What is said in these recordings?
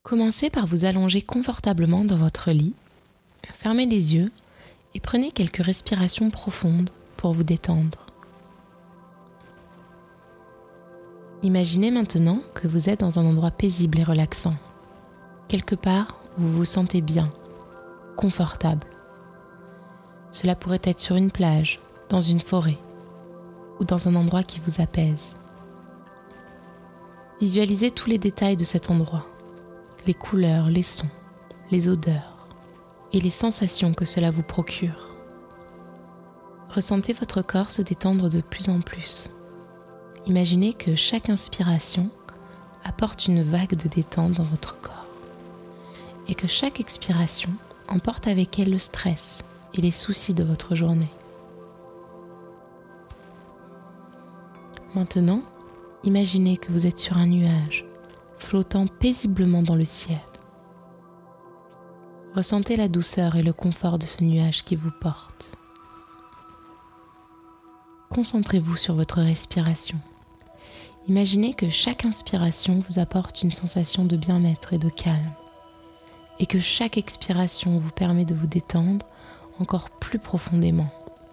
Commencez par vous allonger confortablement dans votre lit, fermez les yeux et prenez quelques respirations profondes pour vous détendre. Imaginez maintenant que vous êtes dans un endroit paisible et relaxant, quelque part où vous vous sentez bien, confortable. Cela pourrait être sur une plage, dans une forêt ou dans un endroit qui vous apaise. Visualisez tous les détails de cet endroit, les couleurs, les sons, les odeurs et les sensations que cela vous procure. Ressentez votre corps se détendre de plus en plus. Imaginez que chaque inspiration apporte une vague de détente dans votre corps et que chaque expiration emporte avec elle le stress et les soucis de votre journée. Maintenant, imaginez que vous êtes sur un nuage, flottant paisiblement dans le ciel. Ressentez la douceur et le confort de ce nuage qui vous porte. Concentrez-vous sur votre respiration. Imaginez que chaque inspiration vous apporte une sensation de bien-être et de calme, et que chaque expiration vous permet de vous détendre encore plus profondément.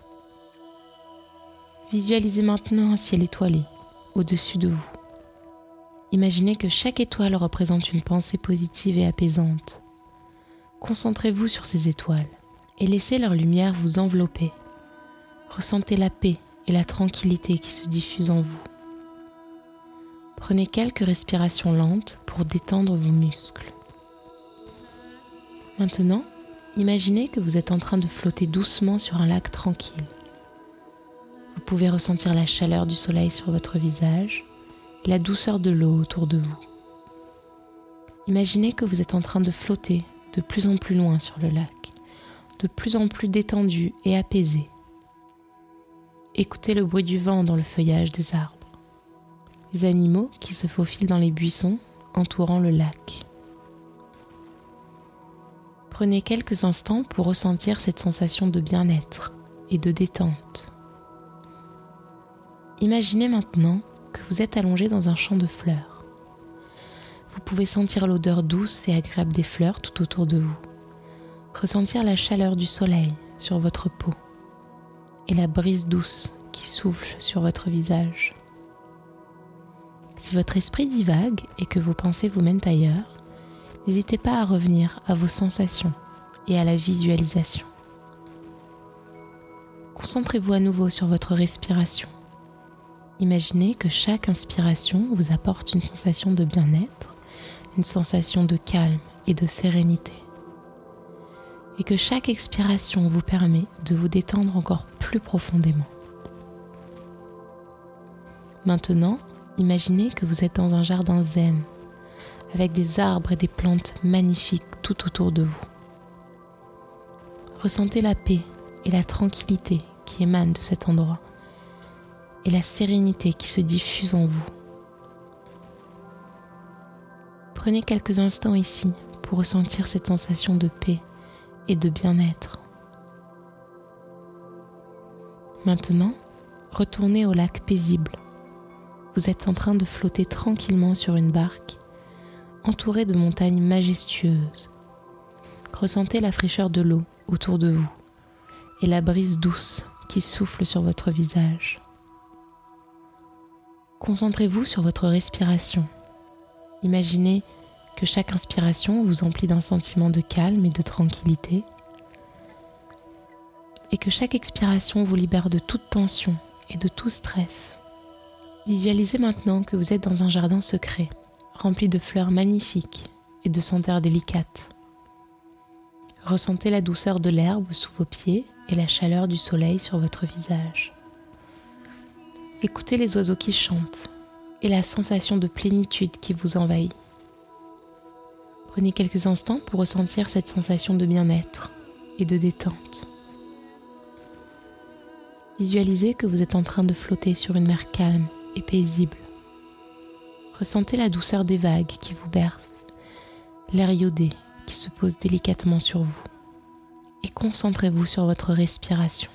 Visualisez maintenant un ciel étoilé au-dessus de vous. Imaginez que chaque étoile représente une pensée positive et apaisante. Concentrez-vous sur ces étoiles et laissez leur lumière vous envelopper. Ressentez la paix et la tranquillité qui se diffusent en vous. Prenez quelques respirations lentes pour détendre vos muscles. Maintenant, imaginez que vous êtes en train de flotter doucement sur un lac tranquille. Vous pouvez ressentir la chaleur du soleil sur votre visage et la douceur de l'eau autour de vous. Imaginez que vous êtes en train de flotter de plus en plus loin sur le lac, de plus en plus détendu et apaisé. Écoutez le bruit du vent dans le feuillage des arbres, les animaux qui se faufilent dans les buissons entourant le lac. Prenez quelques instants pour ressentir cette sensation de bien-être et de détente. Imaginez maintenant que vous êtes allongé dans un champ de fleurs. Vous pouvez sentir l'odeur douce et agréable des fleurs tout autour de vous, ressentir la chaleur du soleil sur votre peau et la brise douce qui souffle sur votre visage. Si votre esprit divague et que vos pensées vous mènent ailleurs, n'hésitez pas à revenir à vos sensations et à la visualisation. Concentrez-vous à nouveau sur votre respiration. Imaginez que chaque inspiration vous apporte une sensation de bien-être, une sensation de calme et de sérénité. Et que chaque expiration vous permet de vous détendre encore plus profondément. Maintenant, imaginez que vous êtes dans un jardin zen, avec des arbres et des plantes magnifiques tout autour de vous. Ressentez la paix et la tranquillité qui émanent de cet endroit, et la sérénité qui se diffuse en vous. Prenez quelques instants ici pour ressentir cette sensation de paix et de bien-être. Maintenant, retournez au lac paisible. Vous êtes en train de flotter tranquillement sur une barque, entouré de montagnes majestueuses. Ressentez la fraîcheur de l'eau autour de vous et la brise douce qui souffle sur votre visage. Concentrez-vous sur votre respiration. Imaginez que chaque inspiration vous emplit d'un sentiment de calme et de tranquillité et que chaque expiration vous libère de toute tension et de tout stress. Visualisez maintenant que vous êtes dans un jardin secret, rempli de fleurs magnifiques et de senteurs délicates. Ressentez la douceur de l'herbe sous vos pieds et la chaleur du soleil sur votre visage. Écoutez les oiseaux qui chantent et la sensation de plénitude qui vous envahit. Prenez quelques instants pour ressentir cette sensation de bien-être et de détente. Visualisez que vous êtes en train de flotter sur une mer calme et paisible. Ressentez la douceur des vagues qui vous bercent, l'air iodé qui se pose délicatement sur vous. Et concentrez-vous sur votre respiration.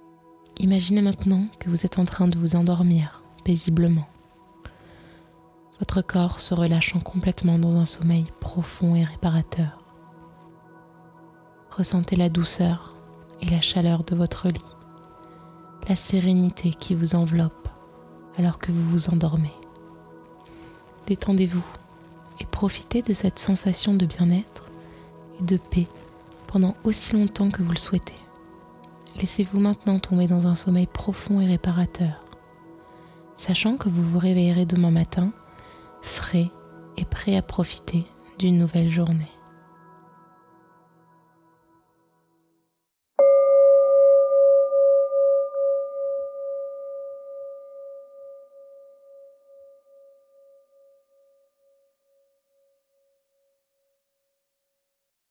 Imaginez maintenant que vous êtes en train de vous endormir paisiblement. votre corps se relâchant complètement dans un sommeil profond et réparateur. Ressentez la douceur et la chaleur de votre lit, la sérénité qui vous enveloppe alors que vous vous endormez. Détendez-vous et profitez de cette sensation de bien-être et de paix pendant aussi longtemps que vous le souhaitez. Laissez-vous maintenant tomber dans un sommeil profond et réparateur, sachant que vous vous réveillerez demain matin, frais et prêt à profiter d'une nouvelle journée.